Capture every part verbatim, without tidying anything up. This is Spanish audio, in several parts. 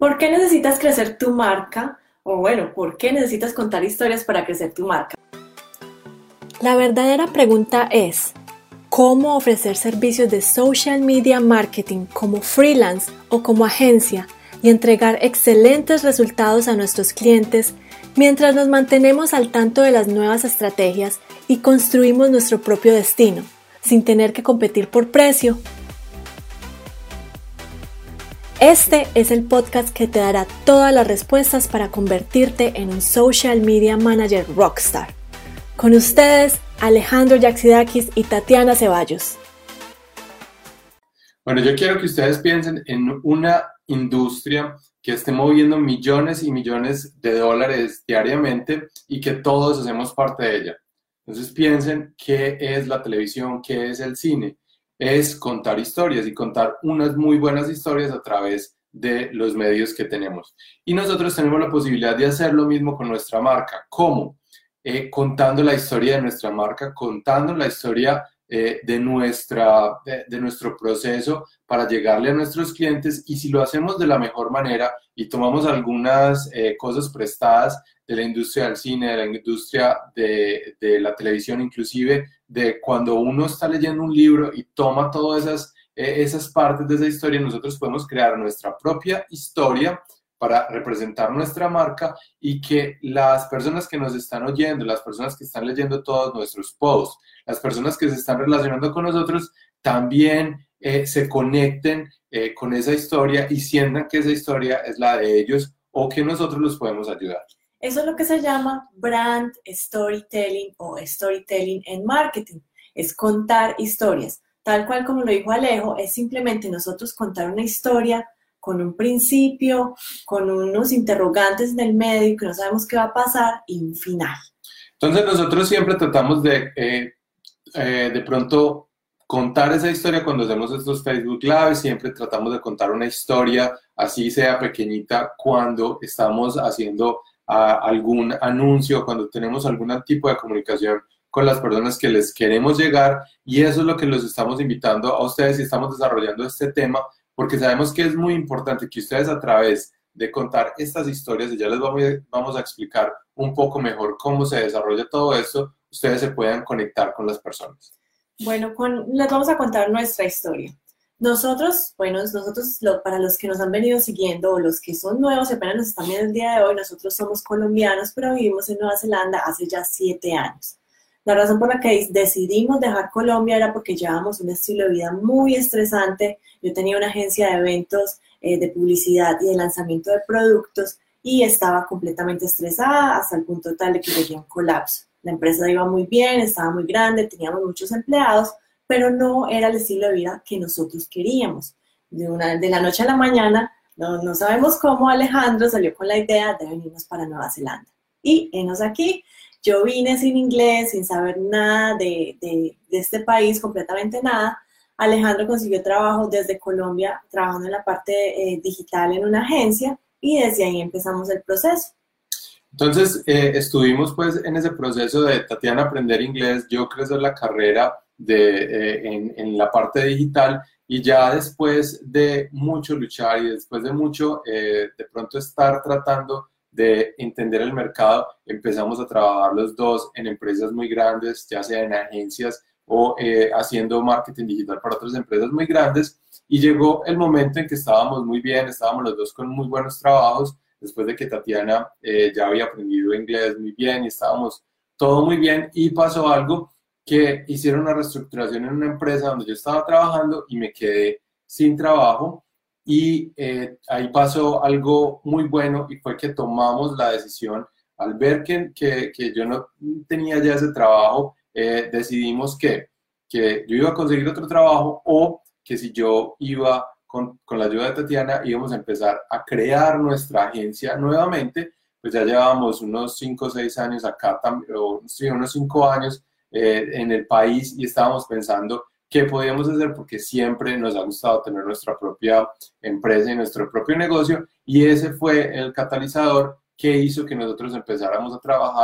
¿Por qué necesitas crecer tu marca? O bueno, ¿por qué necesitas contar historias para crecer tu marca? La verdadera pregunta es, ¿cómo ofrecer servicios de social media marketing como freelance o como agencia y entregar excelentes resultados a nuestros clientes mientras nos mantenemos al tanto de las nuevas estrategias y construimos nuestro propio destino, sin tener que competir por precio? Este es el podcast que te dará todas las respuestas para convertirte en un social media manager rockstar. Con ustedes, Alejandro Yaxidakis y Tatiana Ceballos. Bueno, yo quiero que ustedes piensen en una industria que esté moviendo millones y millones de dólares diariamente y que todos hacemos parte de ella. Entonces piensen qué es la televisión, qué es el cine. Es contar historias y contar unas muy buenas historias a través de los medios que tenemos. Y nosotros tenemos la posibilidad de hacer lo mismo con nuestra marca. ¿Cómo? Eh, contando la historia de nuestra marca, contando la historia eh, de, nuestra, de, de nuestro proceso para llegarle a nuestros clientes, y si lo hacemos de la mejor manera y tomamos algunas eh, cosas prestadas de la industria del cine, de la industria de, de la televisión, inclusive de cuando uno está leyendo un libro y toma todas esas, eh, esas partes de esa historia, nosotros podemos crear nuestra propia historia para representar nuestra marca y que las personas que nos están oyendo, las personas que están leyendo todos nuestros posts, las personas que se están relacionando con nosotros, también eh, se conecten eh, con esa historia y sientan que esa historia es la de ellos o que nosotros los podemos ayudar. Eso es lo que se llama brand storytelling o storytelling en marketing. Es contar historias. Tal cual como lo dijo Alejo, es simplemente nosotros contar una historia con un principio, con unos interrogantes en el medio que no sabemos qué va a pasar y un final. Entonces nosotros siempre tratamos de, eh, eh, de pronto contar esa historia cuando hacemos estos Facebook Live, siempre tratamos de contar una historia, así sea pequeñita, cuando estamos haciendo a algún anuncio, cuando tenemos algún tipo de comunicación con las personas que les queremos llegar, y eso es lo que los estamos invitando a ustedes y estamos desarrollando este tema, porque sabemos que es muy importante que ustedes a través de contar estas historias, y ya les vamos, vamos a explicar un poco mejor cómo se desarrolla todo esto, ustedes se puedan conectar con las personas. Bueno, con, les vamos a contar nuestra historia. Nosotros, bueno, nosotros, lo, para los que nos han venido siguiendo o los que son nuevos y apenas nos están viendo el día de hoy, nosotros somos colombianos, pero vivimos en Nueva Zelanda hace ya siete años. La razón por la que decidimos dejar Colombia era porque llevábamos un estilo de vida muy estresante. Yo tenía una agencia de eventos, eh, de publicidad y de lanzamiento de productos y estaba completamente estresada hasta el punto tal de que llegué a un colapso. La empresa iba muy bien, estaba muy grande, teníamos muchos empleados, pero no era el estilo de vida que nosotros queríamos. De, una, de la noche a la mañana, no, no sabemos cómo, Alejandro salió con la idea de venirnos para Nueva Zelanda. Y enos aquí. Yo vine sin inglés, sin saber nada de, de, de este país, completamente nada. Alejandro consiguió trabajo desde Colombia, trabajando en la parte eh, digital en una agencia, y desde ahí empezamos el proceso. Entonces, eh, estuvimos pues en ese proceso de Tatiana aprender inglés, yo crecer la carrera de, eh, en, en la parte digital, y ya después de mucho luchar y después de mucho eh, de pronto estar tratando de entender el mercado, empezamos a trabajar los dos en empresas muy grandes, ya sea en agencias o eh, haciendo marketing digital para otras empresas muy grandes, y llegó el momento en que estábamos muy bien, estábamos los dos con muy buenos trabajos, después de que Tatiana eh, ya había aprendido inglés muy bien y estábamos todo muy bien, y pasó algo que hicieron una reestructuración en una empresa donde yo estaba trabajando y me quedé sin trabajo. Y eh, ahí pasó algo muy bueno, y fue que tomamos la decisión, al ver que, que, que yo no tenía ya ese trabajo, eh, decidimos que, que yo iba a conseguir otro trabajo, o que si yo iba con, con la ayuda de Tatiana íbamos a empezar a crear nuestra agencia nuevamente. Pues ya llevábamos unos cinco o seis años acá, o sí, unos cinco años eh, en el país, y estábamos pensando qué podíamos hacer, porque siempre nos ha gustado tener nuestra propia empresa y nuestro propio negocio, y ese fue el catalizador que hizo que nosotros empezáramos a trabajar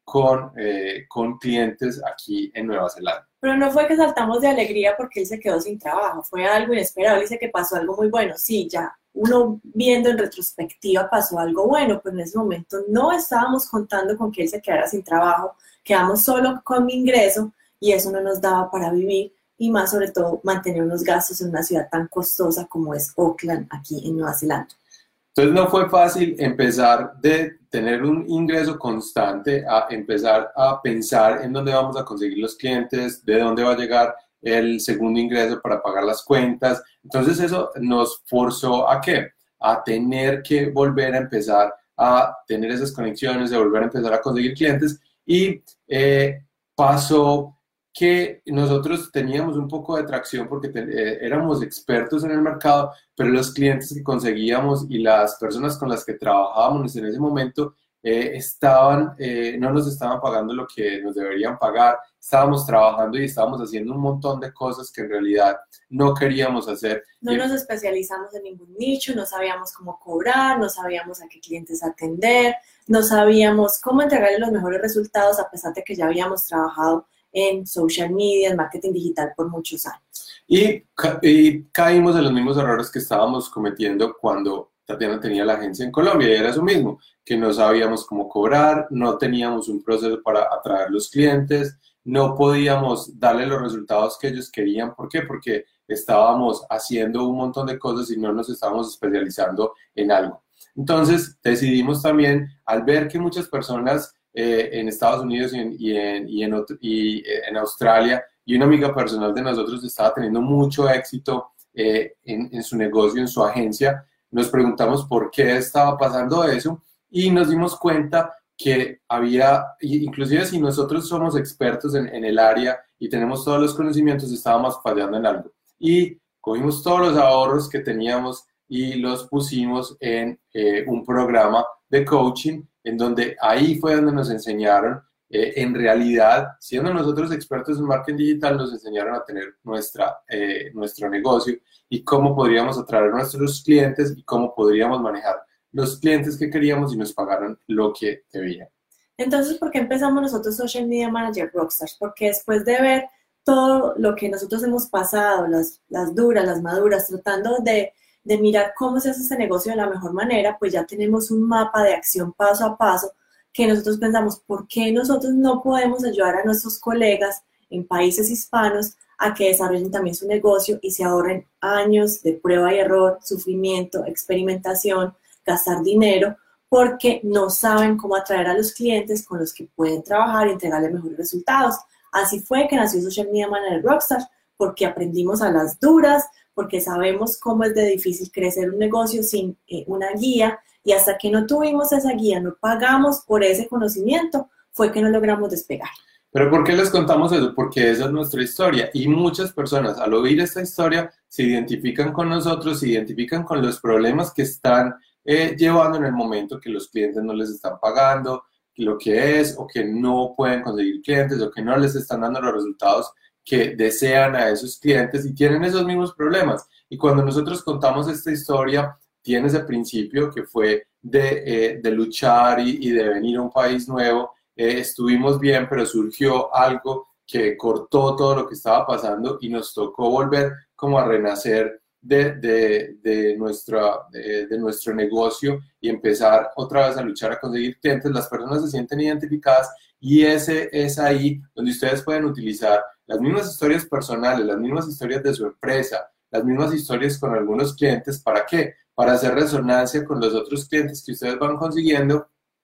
con, eh, con clientes aquí en Nueva Zelanda. Pero no fue que saltamos de alegría porque él se quedó sin trabajo, fue algo inesperado. Dice que pasó algo muy bueno. Sí, ya uno viendo en retrospectiva pasó algo bueno, pero en ese momento no estábamos contando con que él se quedara sin trabajo, quedamos solo con mi ingreso y eso no nos daba para vivir y más sobre todo mantener unos gastos en una ciudad tan costosa como es Auckland aquí en Nueva Zelanda. Entonces no fue fácil empezar de tener un ingreso constante a empezar a pensar en dónde vamos a conseguir los clientes, de dónde va a llegar el segundo ingreso para pagar las cuentas. Entonces eso nos forzó ¿a qué? A tener que volver a empezar a tener esas conexiones, de volver a empezar a conseguir clientes y eh, pasó que nosotros teníamos un poco de tracción porque te, eh, éramos expertos en el mercado, pero los clientes que conseguíamos y las personas con las que trabajábamos en ese momento eh, estaban, eh, no nos estaban pagando lo que nos deberían pagar, estábamos trabajando y estábamos haciendo un montón de cosas que en realidad no queríamos hacer. No nos especializamos en ningún nicho, no sabíamos cómo cobrar, no sabíamos a qué clientes atender, no sabíamos cómo entregarles los mejores resultados a pesar de que ya habíamos trabajado en social media, en marketing digital por muchos años. Y, ca y caímos en los mismos errores que estábamos cometiendo cuando Tatiana tenía la agencia en Colombia, y era eso mismo, que no sabíamos cómo cobrar, no teníamos un proceso para atraer los clientes, no podíamos darle los resultados que ellos querían. ¿Por qué? Porque estábamos haciendo un montón de cosas y no nos estábamos especializando en algo. Entonces decidimos también, al ver que muchas personas Eh, en Estados Unidos y en, y, en, y, en otro, y en Australia, y una amiga personal de nosotros estaba teniendo mucho éxito eh, en, en su negocio, en su agencia, nos preguntamos por qué estaba pasando eso y nos dimos cuenta que había, inclusive si nosotros somos expertos en, en el área y tenemos todos los conocimientos, estábamos fallando en algo. Y cogimos todos los ahorros que teníamos y los pusimos en eh, un programa de coaching, en donde ahí fue donde nos enseñaron, eh, en realidad, siendo nosotros expertos en marketing digital, nos enseñaron a tener nuestra, eh, nuestro negocio y cómo podríamos atraer a nuestros clientes y cómo podríamos manejar los clientes que queríamos y nos pagaron lo que debían. Entonces, ¿por qué empezamos nosotros Social Media Manager Rockstars? Porque después de ver todo lo que nosotros hemos pasado, las, las duras, las maduras, tratando de de mirar cómo se hace este negocio de la mejor manera, pues ya tenemos un mapa de acción paso a paso que nosotros pensamos, ¿por qué nosotros no podemos ayudar a nuestros colegas en países hispanos a que desarrollen también su negocio y se ahorren años de prueba y error, sufrimiento, experimentación, gastar dinero, porque no saben cómo atraer a los clientes con los que pueden trabajar y entregarles mejores resultados? Así fue que nació Social Media Manager Rockstars, porque aprendimos a las duras, porque sabemos cómo es de difícil crecer un negocio sin eh, una guía, y hasta que no tuvimos esa guía, no pagamos por ese conocimiento, fue que no logramos despegar. ¿Pero por qué les contamos eso? Porque esa es nuestra historia, y muchas personas al oír esta historia se identifican con nosotros, se identifican con los problemas que están eh, llevando en el momento que los clientes no les están pagando, lo que es, o que no pueden conseguir clientes, o que no les están dando los resultados que desean a esos clientes y tienen esos mismos problemas. Y cuando nosotros contamos esta historia, tiene ese principio que fue de, eh, de luchar y, y de venir a un país nuevo. Eh, estuvimos bien, pero surgió algo que cortó todo lo que estaba pasando y nos tocó volver como a renacer de, de, de, nuestra, de, de nuestro negocio y empezar otra vez a luchar a conseguir clientes. Las personas se sienten identificadas y ese es ahí donde ustedes pueden utilizar las mismas historias personales, las mismas historias de su empresa, las mismas historias con algunos clientes. ¿Para qué? Para hacer resonancia con los otros clientes que ustedes van consiguiendo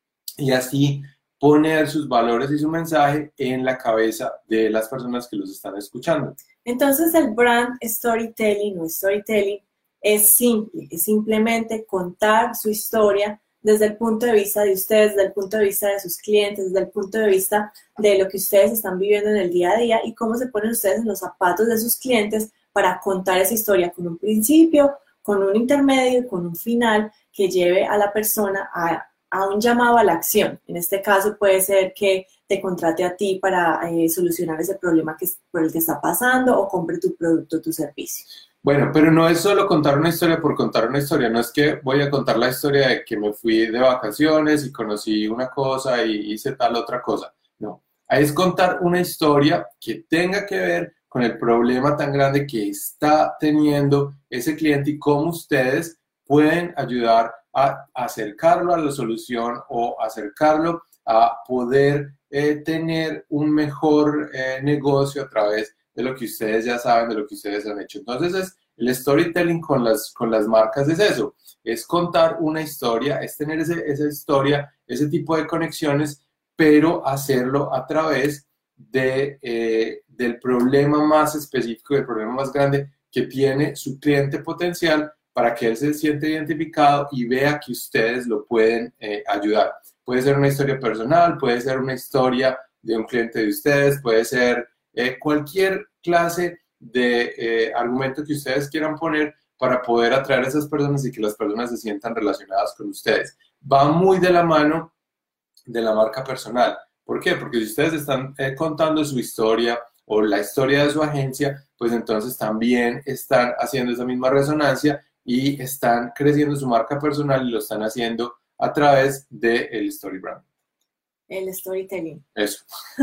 y así poner sus valores y su mensaje en la cabeza de las personas que los están escuchando. Entonces el brand storytelling o storytelling es simple, es simplemente contar su historia desde el punto de vista de ustedes, desde el punto de vista de sus clientes, desde el punto de vista de lo que ustedes están viviendo en el día a día y cómo se ponen ustedes en los zapatos de sus clientes para contar esa historia con un principio, con un intermedio y con un final que lleve a la persona a, a un llamado a la acción. En este caso puede ser que te contrate a ti para eh, solucionar ese problema que, por el que está pasando o compre tu producto o tu servicio. Bueno, pero no es solo contar una historia por contar una historia, no es que voy a contar la historia de que me fui de vacaciones y conocí una cosa y hice tal otra cosa. es contar una historia que tenga que ver con el problema tan grande que está teniendo ese cliente y cómo ustedes pueden ayudar a acercarlo a la solución o acercarlo a poder eh, tener un mejor eh, negocio a través de lo que ustedes ya saben, de lo que ustedes han hecho. Entonces, es, el storytelling con las, con las marcas es eso, es contar una historia, es tener ese, esa historia, ese tipo de conexiones, pero hacerlo a través de, eh, del problema más específico, del problema más grande que tiene su cliente potencial, para que él se siente identificado y vea que ustedes lo pueden eh, ayudar. Puede ser una historia personal, puede ser una historia de un cliente de ustedes, puede ser eh, cualquier clase de eh, argumento que ustedes quieran poner para poder atraer a esas personas y que las personas se sientan relacionadas con ustedes. Va muy de la mano de la marca personal. ¿Por qué? Porque si ustedes están eh, contando su historia o la historia de su agencia, pues entonces también están haciendo esa misma resonancia y están creciendo su marca personal y lo están haciendo a través del story brand. El storytelling. Eso.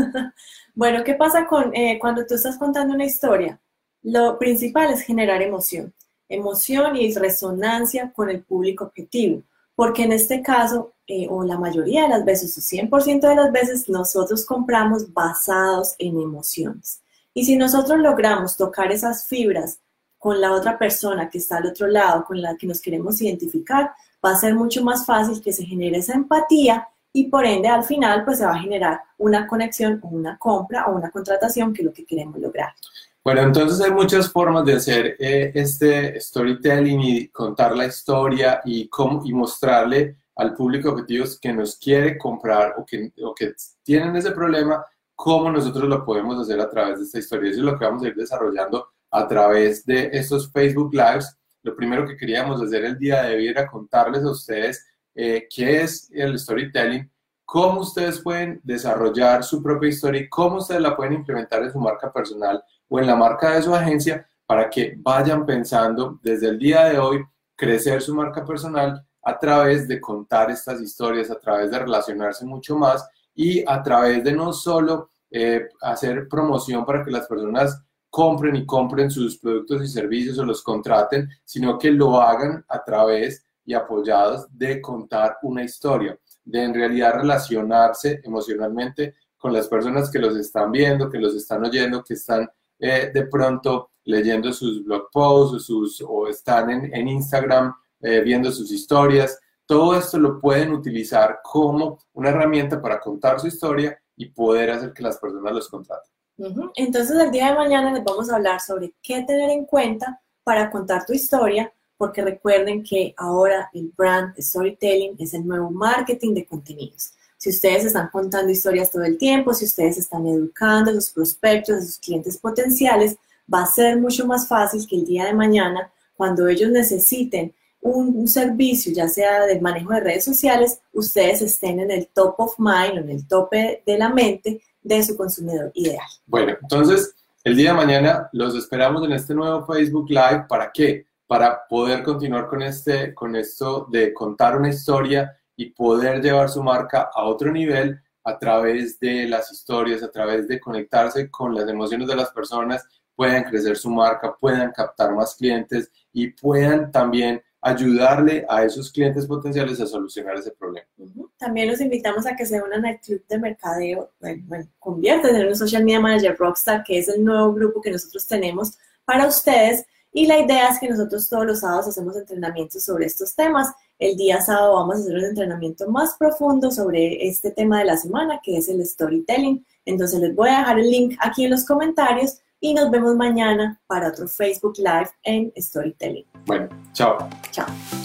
Bueno, ¿qué pasa con eh, cuando tú estás contando una historia? Lo principal es generar emoción. Emoción y resonancia con el público objetivo. Porque en este caso, eh, o la mayoría de las veces, o cien por ciento de las veces, nosotros compramos basados en emociones. Y si nosotros logramos tocar esas fibras con la otra persona que está al otro lado, con la que nos queremos identificar, va a ser mucho más fácil que se genere esa empatía y por ende al final pues se va a generar una conexión o una compra o una contratación que es lo que queremos lograr. Bueno, entonces hay muchas formas de hacer eh, este storytelling y contar la historia y, cómo, y mostrarle al público objetivo que nos quiere comprar o que, o que tienen ese problema, cómo nosotros lo podemos hacer a través de esta historia. Eso es lo que vamos a ir desarrollando a través de estos Facebook Lives. Lo primero que queríamos hacer el día de hoy era contarles a ustedes eh, qué es el storytelling, cómo ustedes pueden desarrollar su propia historia y cómo ustedes la pueden implementar en su marca personal o en la marca de su agencia para que vayan pensando desde el día de hoy crecer su marca personal a través de contar estas historias, a través de relacionarse mucho más y a través de no solo eh, hacer promoción para que las personas compren y compren sus productos y servicios o los contraten, sino que lo hagan a través y apoyados de contar una historia, de en realidad relacionarse emocionalmente con las personas que los están viendo, que los están oyendo, que están eh, de pronto leyendo sus blog posts o, sus, o están en, en Instagram eh, viendo sus historias. Todo esto lo pueden utilizar como una herramienta para contar su historia y poder hacer que las personas los contraten. Entonces el día de mañana les vamos a hablar sobre qué tener en cuenta para contar tu historia, porque recuerden que ahora el brand storytelling es el nuevo marketing de contenidos. Si ustedes están contando historias todo el tiempo, si ustedes están educando a sus prospectos, a sus clientes potenciales, va a ser mucho más fácil que el día de mañana, cuando ellos necesiten un, un servicio, ya sea del manejo de redes sociales, ustedes estén en el top of mind, en el tope de la mente de su consumidor ideal. Bueno, entonces el día de mañana los esperamos en este nuevo Facebook Live. ¿Para qué? Para poder continuar con, este, con esto de contar una historia y poder llevar su marca a otro nivel a través de las historias, a través de conectarse con las emociones de las personas, puedan crecer su marca, puedan captar más clientes y puedan también ayudarle a esos clientes potenciales a solucionar ese problema. También los invitamos a que se unan al club de mercadeo, bueno, bueno, convierten en un Social Media Manager Rockstar, que es el nuevo grupo que nosotros tenemos para ustedes, y la idea es que nosotros todos los sábados hacemos entrenamientos sobre estos temas. El día sábado vamos a hacer un entrenamiento más profundo sobre este tema de la semana, que es el storytelling. Entonces les voy a dejar el link aquí en los comentarios y nos vemos mañana para otro Facebook Live en Storytelling. Bueno, chao. Chao.